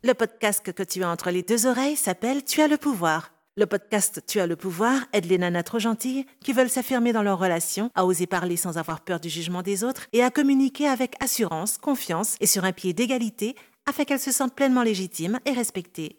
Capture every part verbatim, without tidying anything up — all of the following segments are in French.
Le podcast que tu as entre les deux oreilles s'appelle « Tu as le pouvoir ». Le podcast « Tu as le pouvoir » aide les nanas trop gentilles qui veulent s'affirmer dans leur relation, à oser parler sans avoir peur du jugement des autres et à communiquer avec assurance, confiance et sur un pied d'égalité afin qu'elles se sentent pleinement légitimes et respectées.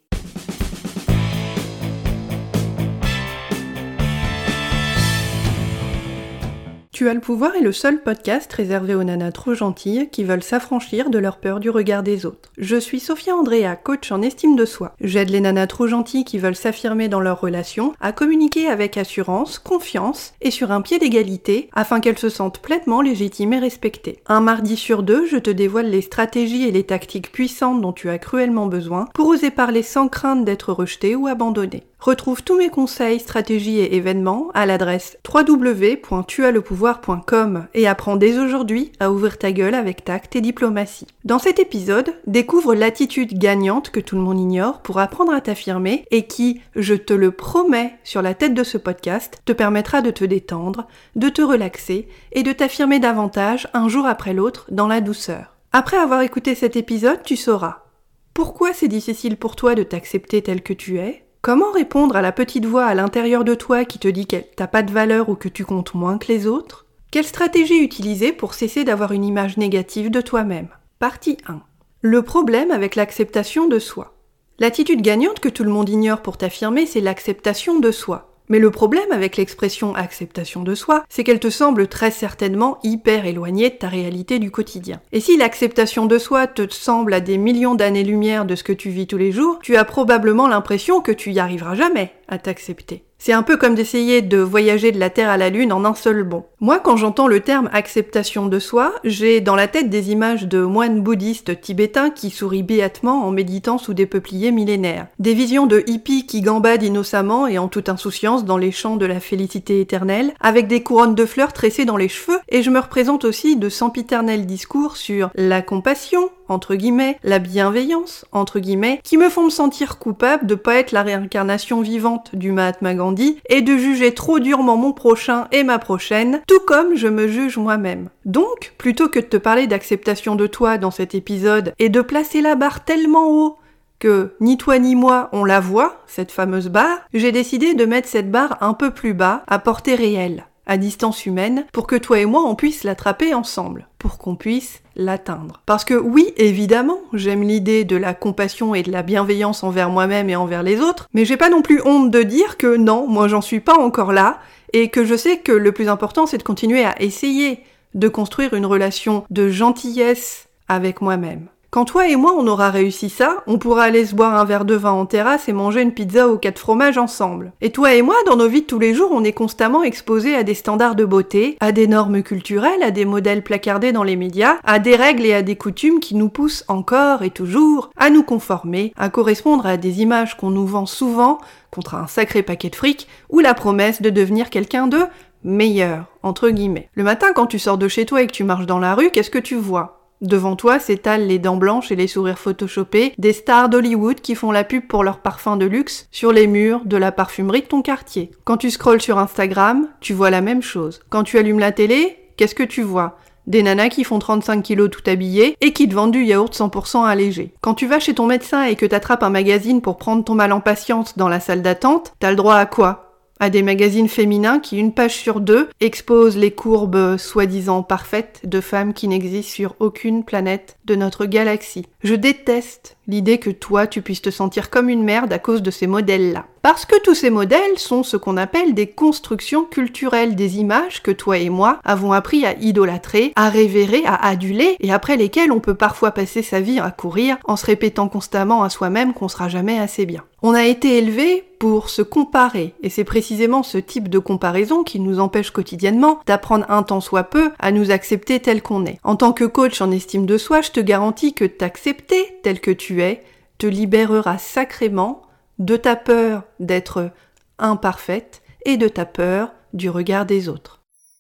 Tu as le pouvoir est le seul podcast réservé aux nanas trop gentilles qui veulent s'affranchir de leur peur du regard des autres. Je suis Sophia Andrea, coach en estime de soi. J'aide les nanas trop gentilles qui veulent s'affirmer dans leur relation à communiquer avec assurance, confiance et sur un pied d'égalité afin qu'elles se sentent pleinement légitimes et respectées. Un mardi sur deux, je te dévoile les stratégies et les tactiques puissantes dont tu as cruellement besoin pour oser parler sans crainte d'être rejetée ou abandonnée. Retrouve tous mes conseils, stratégies et événements à l'adresse w w w point tu as le pouvoir point com et apprends dès aujourd'hui à ouvrir ta gueule avec tact et diplomatie. Dans cet épisode, découvre l'attitude gagnante que tout le monde ignore pour apprendre à t'affirmer et qui, je te le promets sur la tête de ce podcast, te permettra de te détendre, de te relaxer et de t'affirmer davantage un jour après l'autre dans la douceur. Après avoir écouté cet épisode, tu sauras pourquoi c'est difficile pour toi de t'accepter tel que tu es. Comment répondre à la petite voix à l'intérieur de toi qui te dit que t'as pas de valeur ou que tu comptes moins que les autres? Quelle stratégie utiliser pour cesser d'avoir une image négative de toi-même? Partie un. Le problème avec l'acceptation de soi. L'attitude gagnante que tout le monde ignore pour t'affirmer, c'est l'acceptation de soi. Mais le problème avec l'expression acceptation de soi, c'est qu'elle te semble très certainement hyper éloignée de ta réalité du quotidien. Et si l'acceptation de soi te semble à des millions d'années-lumière de ce que tu vis tous les jours, tu as probablement l'impression que tu y arriveras jamais à t'accepter. C'est un peu comme d'essayer de voyager de la Terre à la Lune en un seul bond. Moi, quand j'entends le terme acceptation de soi, j'ai dans la tête des images de moines bouddhistes tibétains qui sourient béatement en méditant sous des peupliers millénaires. Des visions de hippies qui gambadent innocemment et en toute insouciance dans les champs de la félicité éternelle, avec des couronnes de fleurs tressées dans les cheveux, et je me représente aussi de sempiternels discours sur la compassion, entre guillemets, la bienveillance, entre guillemets, qui me font me sentir coupable de pas être la réincarnation vivante du Mahatma Gandhi et de juger trop durement mon prochain et ma prochaine, tout comme je me juge moi-même. Donc, plutôt que de te parler d'acceptation de toi dans cet épisode et de placer la barre tellement haut que ni toi ni moi on la voit, cette fameuse barre, j'ai décidé de mettre cette barre un peu plus bas, à portée réelle, à distance humaine, pour que toi et moi on puisse l'attraper ensemble, pour qu'on puisse l'atteindre. Parce que oui, évidemment, j'aime l'idée de la compassion et de la bienveillance envers moi-même et envers les autres, mais j'ai pas non plus honte de dire que non, moi j'en suis pas encore là, et que je sais que le plus important c'est de continuer à essayer de construire une relation de gentillesse avec moi-même. Quand toi et moi on aura réussi ça, on pourra aller se boire un verre de vin en terrasse et manger une pizza aux quatre fromages ensemble. Et toi et moi, dans nos vies de tous les jours, on est constamment exposés à des standards de beauté, à des normes culturelles, à des modèles placardés dans les médias, à des règles et à des coutumes qui nous poussent encore et toujours à nous conformer, à correspondre à des images qu'on nous vend souvent contre un sacré paquet de fric ou la promesse de devenir quelqu'un de meilleur, entre guillemets. Le matin, quand tu sors de chez toi et que tu marches dans la rue, qu'est-ce que tu vois ? Devant toi s'étalent les dents blanches et les sourires photoshopés des stars d'Hollywood qui font la pub pour leurs parfums de luxe sur les murs de la parfumerie de ton quartier. Quand tu scrolles sur Instagram, tu vois la même chose. Quand tu allumes la télé, qu'est-ce que tu vois ? Des nanas qui font trente-cinq kilos tout habillées et qui te vendent du yaourt cent pour cent allégé. Quand tu vas chez ton médecin et que t'attrapes un magazine pour prendre ton mal en patience dans la salle d'attente, t'as le droit à quoi ? À des magazines féminins qui, une page sur deux, exposent les courbes soi-disant parfaites de femmes qui n'existent sur aucune planète de notre galaxie. Je déteste l'idée que toi, tu puisses te sentir comme une merde à cause de ces modèles-là. Parce que tous ces modèles sont ce qu'on appelle des constructions culturelles, des images que toi et moi avons appris à idolâtrer, à révérer, à aduler, et après lesquelles on peut parfois passer sa vie à courir en se répétant constamment à soi-même qu'on sera jamais assez bien. On a été élevés pour se comparer, et c'est précisément ce type de comparaison qui nous empêche quotidiennement d'apprendre un tant soit peu à nous accepter tel qu'on est. En tant que coach en estime de soi, je te garantis que t'accepter tel que tu es te libérera sacrément de ta peur d'être imparfaite et de ta peur du regard des autres.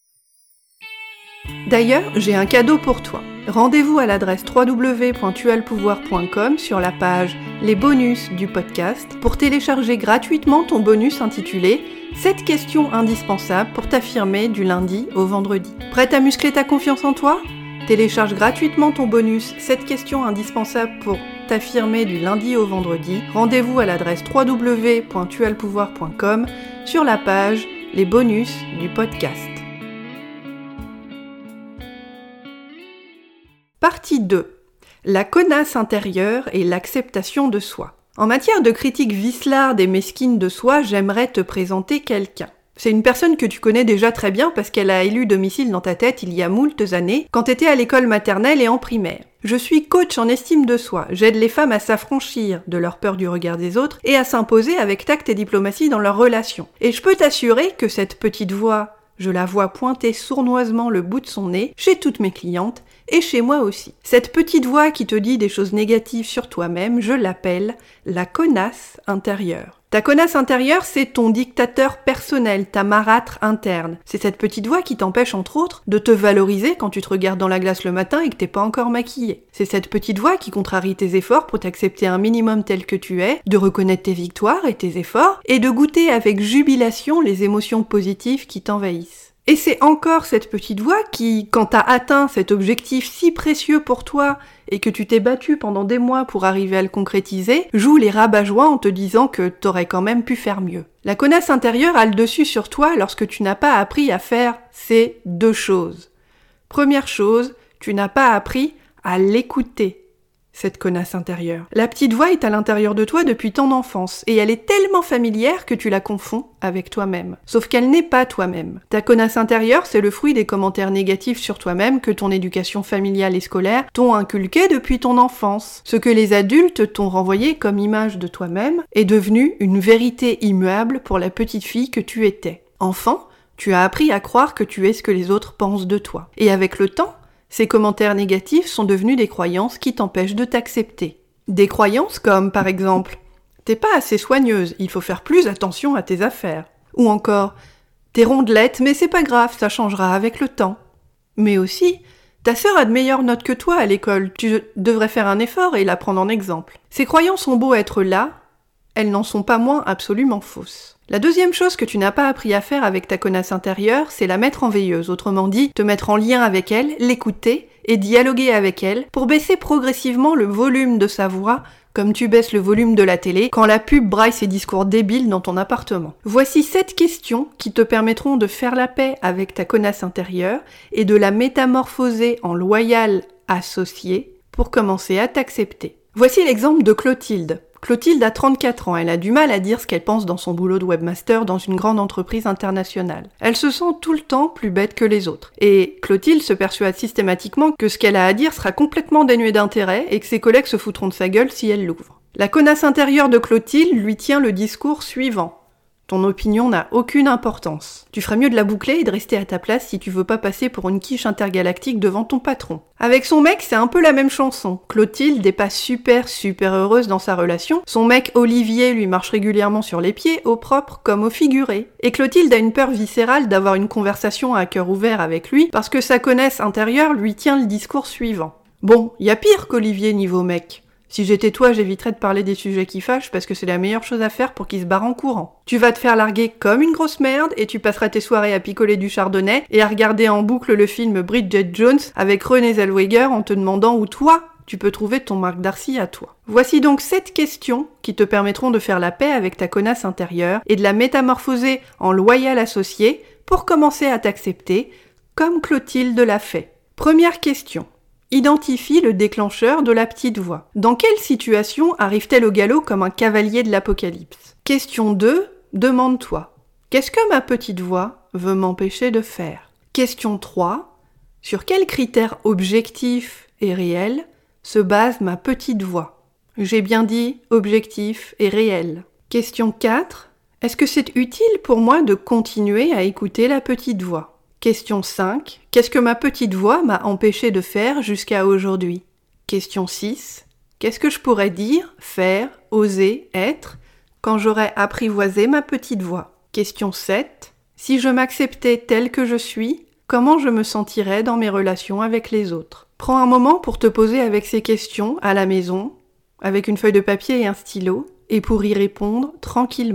D'ailleurs, j'ai un cadeau pour toi. Rendez-vous à l'adresse w w w point tu as le pouvoir point com sur la page Les bonus du podcast pour télécharger gratuitement ton bonus intitulé « sept questions indispensables pour t'affirmer du lundi au vendredi ». Prête à muscler ta confiance en toi ? Télécharge gratuitement ton bonus « sept questions indispensables pour podcast affirmé du lundi au vendredi. Rendez-vous à l'adresse w w w point tu as le pouvoir point com sur la page Les bonus du podcast. Partie deux. La connasse intérieure et l'acceptation de soi. En matière de critique vicelarde et mesquine de soi, j'aimerais te présenter quelqu'un. C'est une personne que tu connais déjà très bien parce qu'elle a élu domicile dans ta tête il y a moultes années, quand t'étais à l'école maternelle et en primaire. Je suis coach en estime de soi. J'aide les femmes à s'affranchir de leur peur du regard des autres et à s'imposer avec tact et diplomatie dans leurs relations. Et je peux t'assurer que cette petite voix, je la vois pointer sournoisement le bout de son nez chez toutes mes clientes et chez moi aussi. Cette petite voix qui te dit des choses négatives sur toi-même, je l'appelle la connasse intérieure. Ta connasse intérieure, c'est ton dictateur personnel, ta marâtre interne. C'est cette petite voix qui t'empêche, entre autres, de te valoriser quand tu te regardes dans la glace le matin et que t'es pas encore maquillée. C'est cette petite voix qui contrarie tes efforts pour t'accepter un minimum tel que tu es, de reconnaître tes victoires et tes efforts, et de goûter avec jubilation les émotions positives qui t'envahissent. Et c'est encore cette petite voix qui, quand t'as atteint cet objectif si précieux pour toi et que tu t'es battu pendant des mois pour arriver à le concrétiser, joue les rabat-joie en te disant que t'aurais quand même pu faire mieux. La connasse intérieure a le dessus sur toi lorsque tu n'as pas appris à faire ces deux choses. Première chose, tu n'as pas appris à l'écouter. Cette connasse intérieure. La petite voix est à l'intérieur de toi depuis ton enfance, et elle est tellement familière que tu la confonds avec toi-même. Sauf qu'elle n'est pas toi-même. Ta connasse intérieure, c'est le fruit des commentaires négatifs sur toi-même que ton éducation familiale et scolaire t'ont inculqué depuis ton enfance. Ce que les adultes t'ont renvoyé comme image de toi-même est devenu une vérité immuable pour la petite fille que tu étais. Enfant, tu as appris à croire que tu es ce que les autres pensent de toi. Et avec le temps, ces commentaires négatifs sont devenus des croyances qui t'empêchent de t'accepter. Des croyances comme, par exemple, « T'es pas assez soigneuse, il faut faire plus attention à tes affaires. » Ou encore « T'es rondelette, mais c'est pas grave, ça changera avec le temps. » Mais aussi « Ta sœur a de meilleures notes que toi à l'école, tu devrais faire un effort et la prendre en exemple. » Ces croyances ont beau être là, elles n'en sont pas moins absolument fausses. La deuxième chose que tu n'as pas appris à faire avec ta connasse intérieure, c'est la mettre en veilleuse, autrement dit, te mettre en lien avec elle, l'écouter et dialoguer avec elle pour baisser progressivement le volume de sa voix, comme tu baisses le volume de la télé quand la pub braille ses discours débiles dans ton appartement. Voici sept questions qui te permettront de faire la paix avec ta connasse intérieure et de la métamorphoser en loyale associée pour commencer à t'accepter. Voici l'exemple de Clotilde. Clotilde a trente-quatre ans, elle a du mal à dire ce qu'elle pense dans son boulot de webmaster dans une grande entreprise internationale. Elle se sent tout le temps plus bête que les autres. Et Clotilde se persuade systématiquement que ce qu'elle a à dire sera complètement dénué d'intérêt et que ses collègues se foutront de sa gueule si elle l'ouvre. La connasse intérieure de Clotilde lui tient le discours suivant. Ton opinion n'a aucune importance. Tu ferais mieux de la boucler et de rester à ta place si tu veux pas passer pour une quiche intergalactique devant ton patron. Avec son mec, c'est un peu la même chanson. Clotilde est pas super super heureuse dans sa relation. Son mec Olivier lui marche régulièrement sur les pieds, au propre comme au figuré. Et Clotilde a une peur viscérale d'avoir une conversation à cœur ouvert avec lui parce que sa connasse intérieure lui tient le discours suivant. Bon, y a pire qu'Olivier niveau mec. Si j'étais toi, j'éviterais de parler des sujets qui fâchent parce que c'est la meilleure chose à faire pour qu'ils se barrent en courant. Tu vas te faire larguer comme une grosse merde et tu passeras tes soirées à picoler du chardonnay et à regarder en boucle le film Bridget Jones avec Renée Zellweger en te demandant où toi, tu peux trouver ton Marc Darcy à toi. Voici donc sept questions qui te permettront de faire la paix avec ta connasse intérieure et de la métamorphoser en loyale associée pour commencer à t'accepter comme Clotilde l'a fait. Première question. Identifie le déclencheur de la petite voix. Dans quelle situation arrive-t-elle au galop comme un cavalier de l'apocalypse ? Question deux, demande-toi. Qu'est-ce que ma petite voix veut m'empêcher de faire ? Question trois, sur quels critères objectifs et réels se base ma petite voix ? J'ai bien dit objectif et réel. Question quatre, est-ce que c'est utile pour moi de continuer à écouter la petite voix ? Question cinq. Qu'est-ce que ma petite voix m'a empêché de faire jusqu'à aujourd'hui ? Question six. Qu'est-ce que je pourrais dire, faire, oser, être quand j'aurais apprivoisé ma petite voix ? Question sept. Si je m'acceptais telle que je suis, comment je me sentirais dans mes relations avec les autres ? Prends un moment pour te poser avec ces questions à la maison, avec une feuille de papier et un stylo, et pour y répondre tranquillement,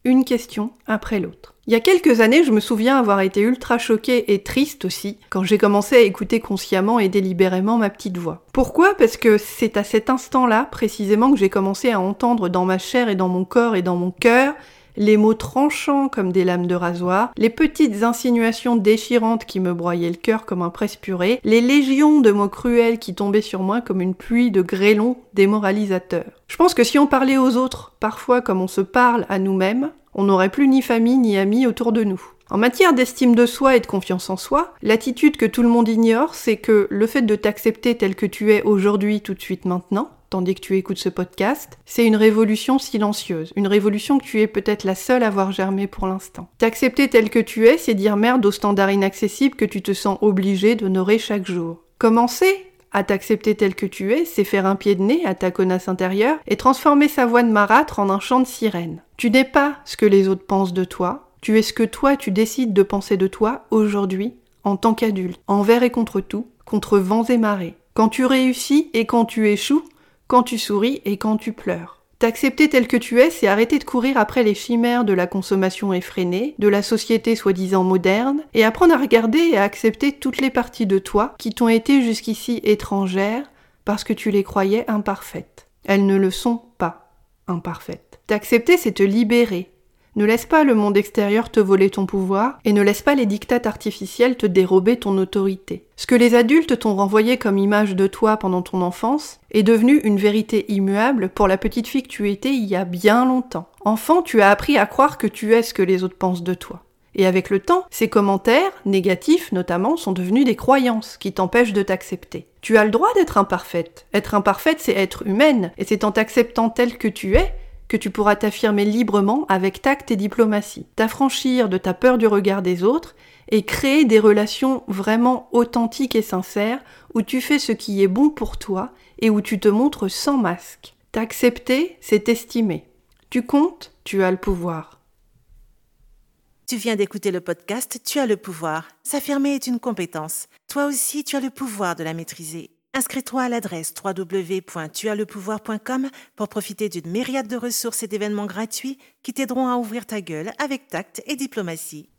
une question après l'autre. Il y a quelques années, je me souviens avoir été ultra choquée et triste aussi quand j'ai commencé à écouter consciemment et délibérément ma petite voix. Pourquoi ? Parce que c'est à cet instant-là, précisément, que j'ai commencé à entendre dans ma chair et dans mon corps et dans mon cœur les mots tranchants comme des lames de rasoir, les petites insinuations déchirantes qui me broyaient le cœur comme un presse-purée, les légions de mots cruels qui tombaient sur moi comme une pluie de grêlons démoralisateurs. Je pense que si on parlait aux autres, parfois comme on se parle à nous-mêmes, on n'aurait plus ni famille ni amis autour de nous. En matière d'estime de soi et de confiance en soi, l'attitude que tout le monde ignore, c'est que le fait de t'accepter tel que tu es aujourd'hui, tout de suite maintenant, tandis que tu écoutes ce podcast, c'est une révolution silencieuse, une révolution que tu es peut-être la seule à voir germer pour l'instant. T'accepter tel que tu es, c'est dire merde aux standards inaccessibles que tu te sens obligé d'honorer chaque jour. Commencer à t'accepter tel que tu es, c'est faire un pied de nez à ta connasse intérieure et transformer sa voix de marâtre en un chant de sirène. Tu n'es pas ce que les autres pensent de toi, tu es ce que toi tu décides de penser de toi aujourd'hui, en tant qu'adulte, envers et contre tout, contre vents et marées. Quand tu réussis et quand tu échoues, quand tu souris et quand tu pleures. T'accepter tel que tu es, c'est arrêter de courir après les chimères de la consommation effrénée, de la société soi-disant moderne, et apprendre à regarder et à accepter toutes les parties de toi qui t'ont été jusqu'ici étrangères parce que tu les croyais imparfaites. Elles ne le sont pas, imparfaites. T'accepter, c'est te libérer. Ne laisse pas le monde extérieur te voler ton pouvoir et ne laisse pas les diktats artificiels te dérober ton autorité. Ce que les adultes t'ont renvoyé comme image de toi pendant ton enfance est devenu une vérité immuable pour la petite fille que tu étais il y a bien longtemps. Enfant, tu as appris à croire que tu es ce que les autres pensent de toi. Et avec le temps, ces commentaires, négatifs notamment, sont devenus des croyances qui t'empêchent de t'accepter. Tu as le droit d'être imparfaite. Être imparfaite, c'est être humaine, et c'est en t'acceptant telle que tu es que tu pourras t'affirmer librement avec tact et diplomatie, t'affranchir de ta peur du regard des autres et créer des relations vraiment authentiques et sincères où tu fais ce qui est bon pour toi et où tu te montres sans masque. T'accepter, c'est t'estimer. Tu comptes, tu as le pouvoir. Tu viens d'écouter le podcast « Tu as le pouvoir ». S'affirmer est une compétence. Toi aussi, tu as le pouvoir de la maîtriser. Inscris-toi à l'adresse w w w point tu as le pouvoir point com pour profiter d'une myriade de ressources et d'événements gratuits qui t'aideront à ouvrir ta gueule avec tact et diplomatie.